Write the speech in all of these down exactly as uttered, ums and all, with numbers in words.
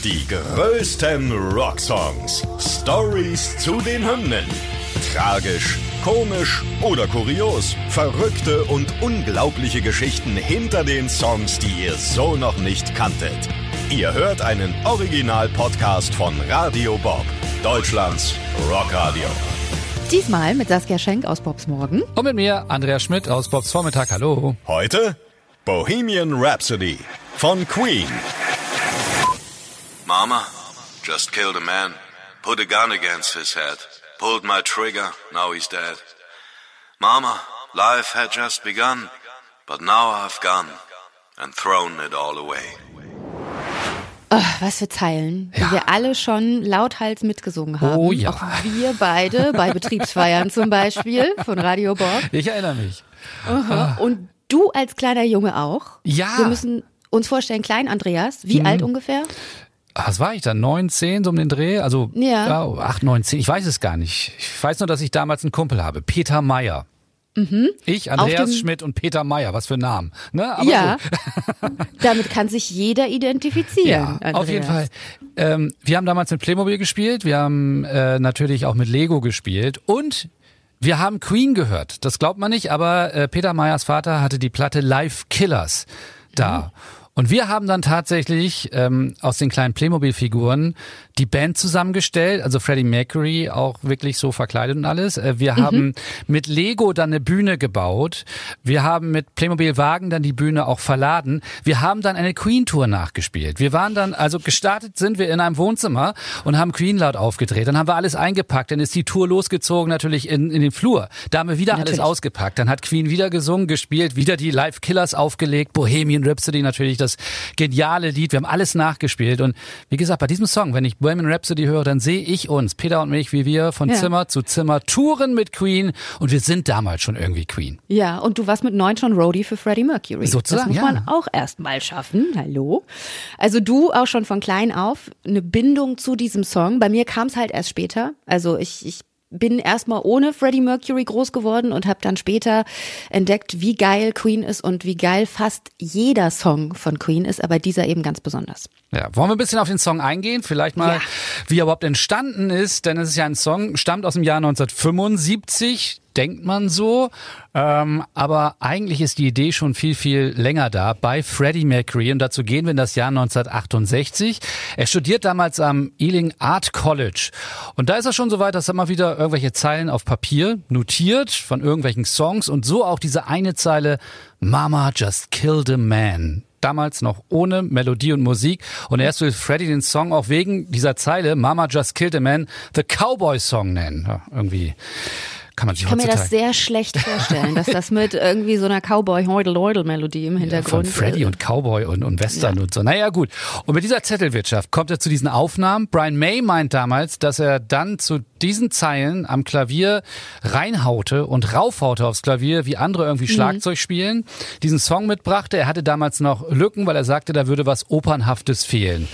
Die größten Rocksongs. Stories zu den Hymnen. Tragisch, komisch oder kurios. Verrückte und unglaubliche Geschichten hinter den Songs, die ihr so noch nicht kanntet. Ihr hört einen Original-Podcast von Radio Bob, Deutschlands Rockradio. Diesmal mit Saskia Schenk aus Bobs Morgen. Und mit mir, Andreas Schmidt aus Bobs Vormittag. Hallo. Heute Bohemian Rhapsody von Queen. Mama just killed a man, put a gun against his head, pulled my trigger, now he's dead. Mama, life had just begun, but now I've gone and thrown it all away. Oh, was für Zeilen, Ja. die wir alle schon lauthals mitgesungen haben. Oh ja. Auch wir beide bei Betriebsfeiern zum Beispiel von Radio Bob. Ich erinnere mich. Aha. Und du als kleiner Junge auch. Ja. Wir müssen uns vorstellen, klein Andreas, wie alt ungefähr? Was war ich da? neun, zehn, so um den Dreh? Also Ja. acht, neun, zehn, ich weiß es gar nicht. Ich weiß nur, dass ich damals einen Kumpel habe, Peter Meyer. Mhm. Ich, Auf Andreas dem- Schmidt und Peter Meyer, was für Namen. Ne? Aber Ja, so. damit kann sich jeder identifizieren. Ja, Andreas. auf jeden Fall. Ähm, wir haben damals mit Playmobil gespielt, wir haben äh, natürlich auch mit Lego gespielt und wir haben Queen gehört. Das glaubt man nicht, aber äh, Peter Meyers Vater hatte die Platte Live Killers da. Und wir haben dann tatsächlich ähm, aus den kleinen Playmobil-Figuren die Band zusammengestellt, also Freddie Mercury auch wirklich so verkleidet und alles. Äh, wir haben mit Lego dann eine Bühne gebaut. Wir haben mit Playmobil-Wagen dann die Bühne auch verladen. Wir haben dann eine Queen-Tour nachgespielt. Wir waren dann, also gestartet sind wir in einem Wohnzimmer und haben Queen laut aufgedreht. Dann haben wir alles eingepackt. Dann ist die Tour losgezogen natürlich in, in den Flur. Da haben wir wieder Natürlich. alles ausgepackt. Dann hat Queen wieder gesungen, gespielt, wieder die Live Killers aufgelegt, Bohemian Rhapsody natürlich, das geniale Lied. Wir haben alles nachgespielt. Und wie gesagt, bei diesem Song, wenn ich Bohemian Rhapsody höre, dann sehe ich uns, Peter und mich, wie wir von Ja. Zimmer zu Zimmer touren mit Queen. Und wir sind damals schon irgendwie Queen. Ja, und du warst mit neun schon Roadie für Freddie Mercury. Sozusagen, Das muss ja. man auch erst mal schaffen. Hallo. Also du auch schon von klein auf eine Bindung zu diesem Song. Bei mir kam es halt erst später. Also ich, ich bin erstmal ohne Freddie Mercury groß geworden und habe dann später entdeckt, wie geil Queen ist und wie geil fast jeder Song von Queen ist, aber dieser eben ganz besonders. Ja, wollen wir ein bisschen auf den Song eingehen? Vielleicht mal, Ja. wie er überhaupt entstanden ist, denn es ist ja ein Song, stammt aus dem Jahr neunzehnhundertfünfundsiebzig, denkt man so, ähm, aber eigentlich ist die Idee schon viel, viel länger da bei Freddie Mercury und dazu gehen wir in das Jahr neunzehnhundertachtundsechzig. Er studiert damals am Ealing Art College und da ist er schon so weit, dass er mal wieder irgendwelche Zeilen auf Papier notiert von irgendwelchen Songs und so auch diese eine Zeile Mama just killed a man. Damals noch ohne Melodie und Musik. Und erst will Freddie den Song auch wegen dieser Zeile Mama Just Killed a Man The Cowboy Song nennen. Ja, irgendwie kann man sich Ich kann mir heutzutage... das sehr schlecht vorstellen, dass das mit irgendwie so einer Cowboy-Heudel-Heudel-Melodie im Ja, Hintergrund... von Freddie und Cowboy und, und Western Ja. und so. Naja, gut. Und mit dieser Zettelwirtschaft kommt er zu diesen Aufnahmen. Brian May meint damals, dass er dann zu diesen Zeilen am Klavier reinhaute und raufhaute aufs Klavier, wie andere irgendwie Schlagzeug spielen, diesen Song mitbrachte. Er hatte damals noch Lücken, weil er sagte, da würde was Opernhaftes fehlen.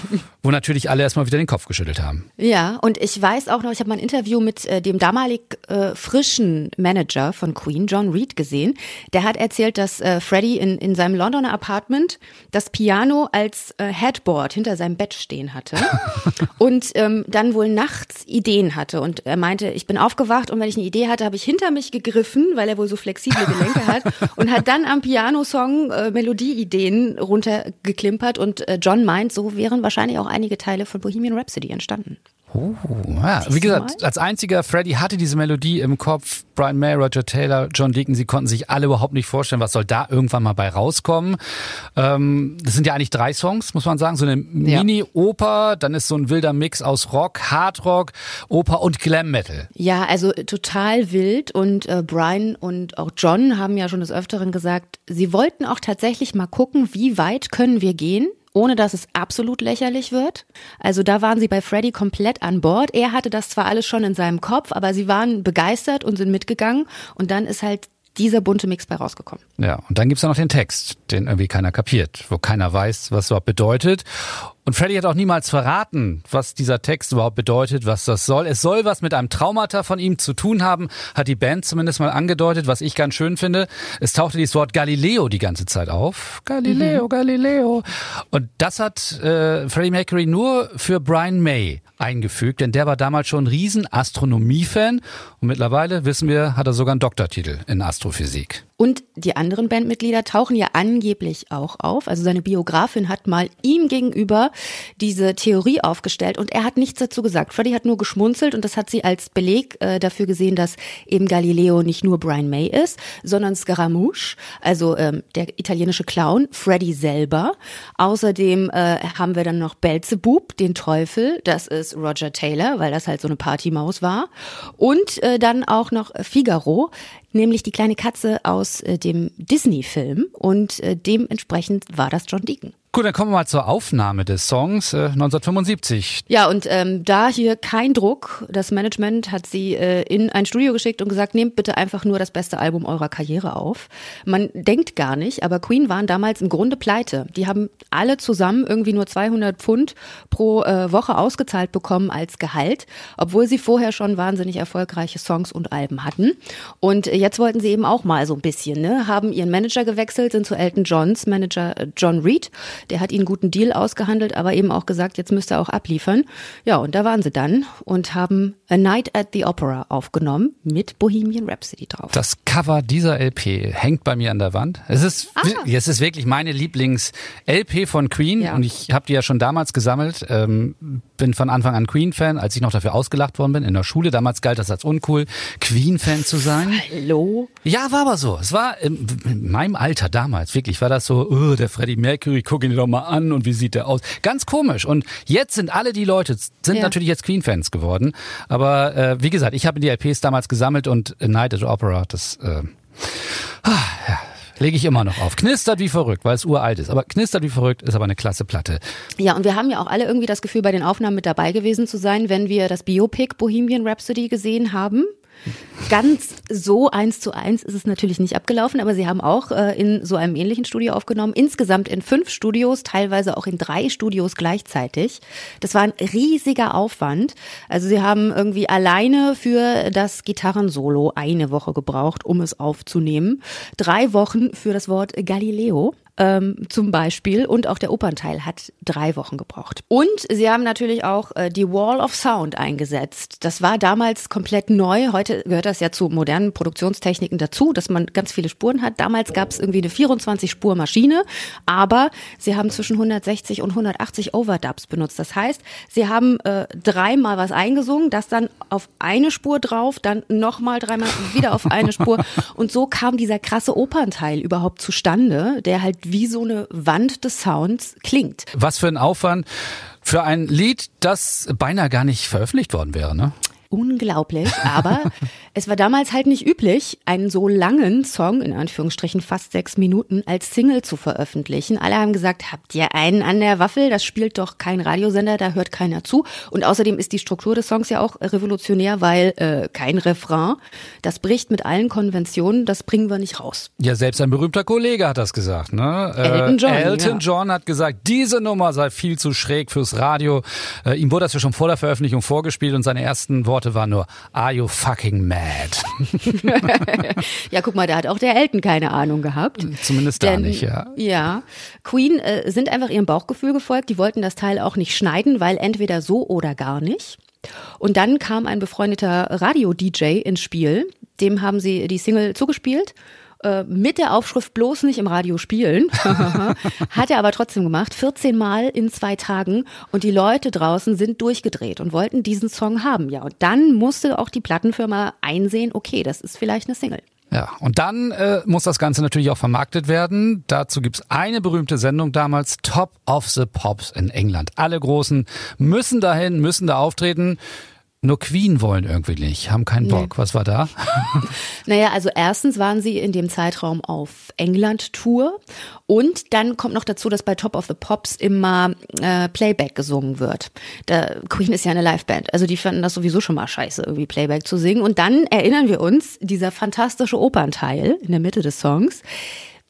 Wo natürlich alle erstmal wieder den Kopf geschüttelt haben. Ja, und ich weiß auch noch, ich habe mal ein Interview mit äh, dem damalig äh, frischen Manager von Queen, John Reid, gesehen. Der hat erzählt, dass äh, Freddie in, in seinem Londoner Apartment das Piano als äh, Headboard hinter seinem Bett stehen hatte und ähm, dann wohl nachts Ideen hatte. Und er meinte, ich bin aufgewacht und wenn ich eine Idee hatte, habe ich hinter mich gegriffen, weil er wohl so flexible Gelenke hat und hat dann am Pianosong äh, Melodieideen runtergeklimpert und äh, John meint, so wären wahrscheinlich auch einige Teile von Bohemian Rhapsody entstanden. Oh, ja. Wie du gesagt, mal? als einziger Freddie hatte diese Melodie im Kopf. Brian May, Roger Taylor, John Deacon, sie konnten sich alle überhaupt nicht vorstellen, was soll da irgendwann mal bei rauskommen. Ähm, das sind ja eigentlich drei Songs, muss man sagen. So eine Ja. Mini-Oper, dann ist so ein wilder Mix aus Rock, Hardrock, Oper und Glam Metal. Ja, also total wild und äh, Brian und auch John haben ja schon des Öfteren gesagt, sie wollten auch tatsächlich mal gucken, wie weit können wir gehen, ohne dass es absolut lächerlich wird. Also da waren sie bei Freddie komplett an Bord. Er hatte das zwar alles schon in seinem Kopf, aber sie waren begeistert und sind mitgegangen und dann ist halt dieser bunte Mix bei rausgekommen. Ja, und dann gibt's ja noch den Text, den irgendwie keiner kapiert, wo keiner weiß, was überhaupt bedeutet. Und Freddie hat auch niemals verraten, was dieser Text überhaupt bedeutet, was das soll. Es soll was mit einem Traumata von ihm zu tun haben, hat die Band zumindest mal angedeutet, was ich ganz schön finde. Es tauchte dieses Wort Galileo die ganze Zeit auf. Galileo, mhm. Galileo. Und das hat äh, Freddie Mercury nur für Brian May eingefügt, denn der war damals schon ein riesen Astronomie-Fan und mittlerweile, wissen wir, hat er sogar einen Doktortitel in Astrophysik. Und die anderen Bandmitglieder tauchen ja angeblich auch auf. Also seine Biografin hat mal ihm gegenüber diese Theorie aufgestellt und er hat nichts dazu gesagt. Freddie hat nur geschmunzelt und das hat sie als Beleg äh, dafür gesehen, dass eben Galileo nicht nur Brian May ist, sondern Scaramouche, also ähm, der italienische Clown, Freddie selber. Außerdem äh, haben wir dann noch Belzebub, den Teufel, das ist Roger Taylor, weil das halt so eine Partymaus war. Und äh, dann auch noch Figaro, nämlich die kleine Katze aus äh, dem Disney-Film und äh, dementsprechend war das John Deacon. Gut, dann kommen wir mal zur Aufnahme des Songs äh, neunzehnhundertfünfundsiebzig. Ja, und ähm, da hier kein Druck. Das Management hat sie äh, in ein Studio geschickt und gesagt, nehmt bitte einfach nur das beste Album eurer Karriere auf. Man denkt gar nicht, aber Queen waren damals im Grunde pleite. Die haben alle zusammen irgendwie nur zweihundert Pfund pro äh, Woche ausgezahlt bekommen als Gehalt, obwohl sie vorher schon wahnsinnig erfolgreiche Songs und Alben hatten. Und äh, jetzt wollten sie eben auch mal so ein bisschen, ne, haben ihren Manager gewechselt, sind zu Elton Johns Manager äh, John Reid. Der hat ihnen einen guten Deal ausgehandelt, aber eben auch gesagt, jetzt müsst ihr auch abliefern. Ja, und da waren sie dann und haben A Night at the Opera aufgenommen mit Bohemian Rhapsody drauf. Das Cover dieser L P hängt bei mir an der Wand. Es ist, ah. es ist wirklich meine Lieblings-L P von Queen ja. Und ich habe die ja schon damals gesammelt. Ähm, bin von Anfang an Queen-Fan, als ich noch dafür ausgelacht worden bin in der Schule. Damals galt das als uncool, Queen-Fan zu sein. Hallo? Ja, war aber so. Es war in, in meinem Alter damals, wirklich, war das so, oh, der Freddie Mercury, guck ihn doch mal an und wie sieht der aus. Ganz komisch. Und jetzt sind alle die Leute, sind ja. natürlich jetzt Queen-Fans geworden. Aber äh, wie gesagt, ich habe die L Ps damals gesammelt und A Night at the Opera, das äh, ah, ja, lege ich immer noch auf. Knistert wie verrückt, weil es uralt ist. Aber knistert wie verrückt ist aber eine klasse Platte. Ja, und wir haben ja auch alle irgendwie das Gefühl, bei den Aufnahmen mit dabei gewesen zu sein, wenn wir das Biopic Bohemian Rhapsody gesehen haben. Ganz so eins zu eins ist es natürlich nicht abgelaufen, aber sie haben auch äh, in so einem ähnlichen Studio aufgenommen. Insgesamt in fünf Studios, teilweise auch in drei Studios gleichzeitig. Das war ein riesiger Aufwand. Also sie haben irgendwie alleine für das Gitarrensolo eine Woche gebraucht, um es aufzunehmen. Drei Wochen für das Wort Galileo. Ähm, zum Beispiel, und auch der Opernteil hat drei Wochen gebraucht. Und sie haben natürlich auch äh, die Wall of Sound eingesetzt. Das war damals komplett neu. Heute gehört das ja zu modernen Produktionstechniken dazu, dass man ganz viele Spuren hat. Damals gab es irgendwie eine vierundzwanzig-Spur-Maschine, aber sie haben zwischen hundertsechzig und hundertachtzig Overdubs benutzt. Das heißt, sie haben äh, dreimal was eingesungen, das dann auf eine Spur drauf, dann nochmal dreimal wieder auf eine Spur. Und so kam dieser krasse Opernteil überhaupt zustande, der halt wie so eine Wand des Sounds klingt. Was für ein Aufwand für ein Lied, das beinahe gar nicht veröffentlicht worden wäre, ne? Unglaublich, aber es war damals halt nicht üblich, einen so langen Song, in Anführungsstrichen fast sechs Minuten, als Single zu veröffentlichen. Alle haben gesagt, habt ihr einen an der Waffel? Das spielt doch kein Radiosender, da hört keiner zu. Und außerdem ist die Struktur des Songs ja auch revolutionär, weil äh, kein Refrain, das bricht mit allen Konventionen, das bringen wir nicht raus. Ja, selbst ein berühmter Kollege hat das gesagt, ne? Äh, Elton John. Elton ja. John hat gesagt, diese Nummer sei viel zu schräg fürs Radio. Äh, ihm wurde das ja schon vor der Veröffentlichung vorgespielt und seine ersten Worte war nur, are you fucking mad? Ja, guck mal, da hat auch der Elton keine Ahnung gehabt. Zumindest da Denn, nicht, ja. Ja, Queen äh, sind einfach ihrem Bauchgefühl gefolgt. Die wollten das Teil auch nicht schneiden, weil entweder so oder gar nicht. Und dann kam ein befreundeter Radio-D J ins Spiel. Dem haben sie die Single zugespielt. Mit der Aufschrift bloß nicht im Radio spielen. Hat er aber trotzdem gemacht, vierzehn Mal in zwei Tagen. Und die Leute draußen sind durchgedreht und wollten diesen Song haben. Ja, und dann musste auch die Plattenfirma einsehen, okay, das ist vielleicht eine Single. Ja, und dann äh, muss das Ganze natürlich auch vermarktet werden. Dazu gibt's eine berühmte Sendung damals, Top of the Pops in England. Alle Großen müssen dahin, müssen da auftreten. Nur Queen wollen irgendwie nicht, haben keinen Bock. Nee. Was war da? Naja, also erstens waren sie in dem Zeitraum auf England-Tour und dann kommt noch dazu, dass bei Top of the Pops immer äh, Playback gesungen wird. Da, Queen ist ja eine Liveband, also die fanden das sowieso schon mal scheiße, irgendwie Playback zu singen. Und dann erinnern wir uns, dieser fantastische Opernteil in der Mitte des Songs,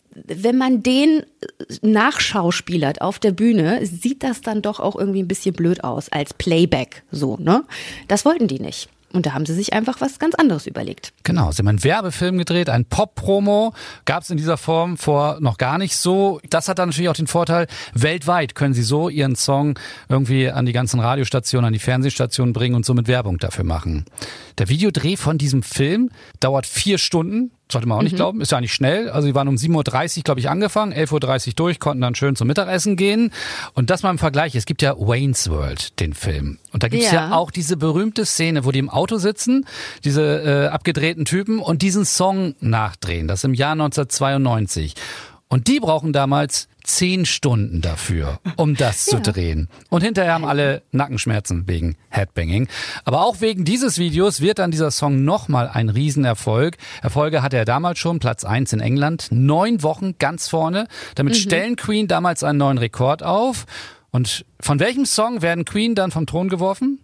wenn man den nachschauspielert auf der Bühne, sieht das dann doch auch irgendwie ein bisschen blöd aus als Playback, so, ne? Das wollten die nicht. Und da haben sie sich einfach was ganz anderes überlegt. Genau, sie haben einen Werbefilm gedreht, ein Pop-Promo, gab es in dieser Form vor noch gar nicht so. Das hat dann natürlich auch den Vorteil, weltweit können sie so ihren Song irgendwie an die ganzen Radiostationen, an die Fernsehstationen bringen und somit Werbung dafür machen. Der Videodreh von diesem Film dauert vier Stunden. Sollte man auch nicht mhm. glauben, ist ja nicht schnell. Also sie waren um sieben Uhr dreißig, glaube ich, angefangen, elf Uhr dreißig durch, konnten dann schön zum Mittagessen gehen. Und das mal im Vergleich, es gibt ja Wayne's World, den Film. Und da gibt es ja. ja auch diese berühmte Szene, wo die im Auto sitzen, diese äh, abgedrehten Typen und diesen Song nachdrehen. Das im Jahr neunzehnhundertzweiundneunzig. Und die brauchen damals zehn Stunden dafür, um das ja. zu drehen. Und hinterher haben alle Nackenschmerzen wegen Headbanging. Aber auch wegen dieses Videos wird dann dieser Song nochmal ein Riesenerfolg. Erfolge hatte er damals schon, Platz eins in England, neun Wochen ganz vorne. Damit mhm. stellen Queen damals einen neuen Rekord auf. Und von welchem Song werden Queen dann vom Thron geworfen?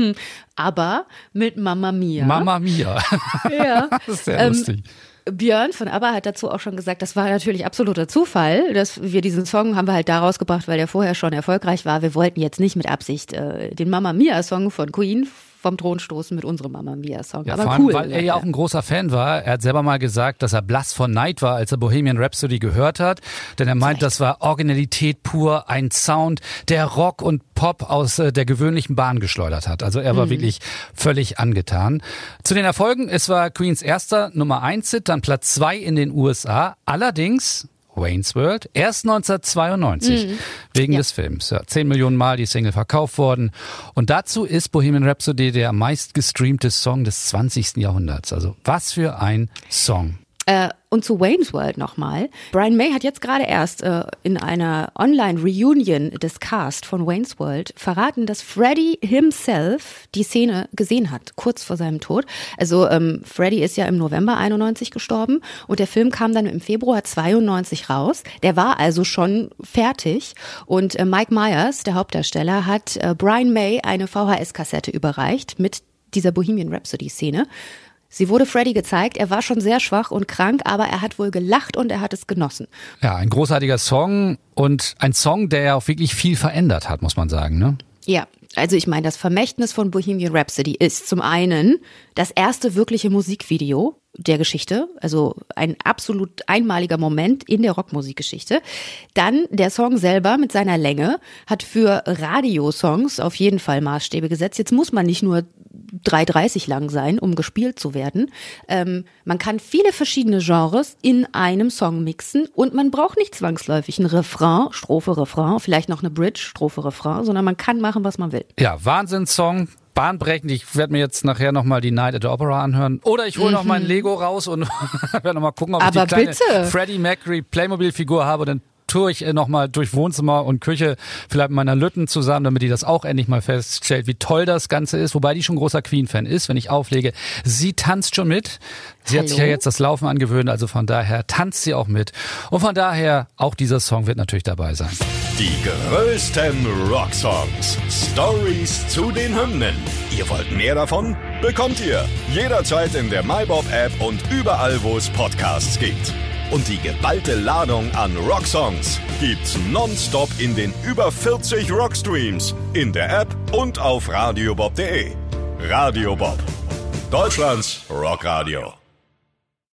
Aber mit Mamma Mia. Mamma Mia. Ja. Das ist sehr ähm, lustig. Björn von ABBA hat dazu auch schon gesagt, das war natürlich absoluter Zufall, dass wir diesen Song haben wir halt da rausgebracht, weil der vorher schon erfolgreich war. Wir wollten jetzt nicht mit Absicht äh, den Mamma Mia Song von Queen vom Thron stoßen mit unserem Mamma Mia Song. Ja, aber vor allem, cool. Weil er ja auch ein großer Fan war. Er hat selber mal gesagt, dass er blass vor Neid war, als er Bohemian Rhapsody gehört hat. Denn er meint, das war Originalität pur, ein Sound, der Rock und Pop aus äh, der gewöhnlichen Bahn geschleudert hat. Also er war mhm. wirklich völlig angetan. Zu den Erfolgen, es war Queens erster Nummer eins Hit, dann Platz zwei in den U S A. Allerdings Wayne's World, erst neunzehnhundertzweiundneunzig, mhm. wegen ja. des Films. Ja, zehn Millionen Mal die Single verkauft worden. Und dazu ist Bohemian Rhapsody der meistgestreamte Song des zwanzigsten Jahrhunderts. Also was für ein Song. Äh, und zu Wayne's World nochmal. Brian May hat jetzt gerade erst äh, in einer Online-Reunion des Cast von Wayne's World verraten, dass Freddie himself die Szene gesehen hat, kurz vor seinem Tod. Also ähm, Freddie ist ja im November einundneunzig gestorben und der Film kam dann im Februar zweiundneunzig raus. Der war also schon fertig und äh, Mike Myers, der Hauptdarsteller, hat äh, Brian May eine V H S-Kassette überreicht mit dieser Bohemian Rhapsody-Szene. Sie wurde Freddie gezeigt, er war schon sehr schwach und krank, aber er hat wohl gelacht und er hat es genossen. Ja, ein großartiger Song und ein Song, der ja auch wirklich viel verändert hat, muss man sagen, ne? Ja, also ich meine, das Vermächtnis von Bohemian Rhapsody ist zum einen das erste wirkliche Musikvideo der Geschichte, also ein absolut einmaliger Moment in der Rockmusikgeschichte. Dann der Song selber mit seiner Länge hat für Radiosongs auf jeden Fall Maßstäbe gesetzt. Jetzt muss man nicht nur drei dreißig lang sein, um gespielt zu werden. Ähm, man kann viele verschiedene Genres in einem Song mixen und man braucht nicht zwangsläufig ein Refrain, Strophe, Refrain, vielleicht noch eine Bridge, Strophe, Refrain, sondern man kann machen, was man will. Ja, Wahnsinnssong. Bahnbrechend. Ich werde mir jetzt nachher nochmal die Night at the Opera anhören. Oder ich hole mhm. noch mein Lego raus und werde nochmal gucken, ob Aber ich die kleine bitte. Freddie Mercury Playmobil-Figur habe. Dann tour ich nochmal durch Wohnzimmer und Küche, vielleicht mit meiner Lütten zusammen, damit die das auch endlich mal feststellt, wie toll das Ganze ist. Wobei die schon großer Queen-Fan ist, wenn ich auflege. Sie tanzt schon mit. Sie Hallo? Hat sich ja jetzt das Laufen angewöhnt, also von daher tanzt sie auch mit. Und von daher, auch dieser Song wird natürlich dabei sein. Die größten Rocksongs. Stories zu den Hymnen. Ihr wollt mehr davon? Bekommt ihr jederzeit in der MyBob-App und überall, wo es Podcasts gibt. Und die geballte Ladung an Rocksongs gibt's nonstop in den über vierzig Rockstreams, in der App und auf radiobob punkt de. Radio Bob, Deutschlands Rockradio.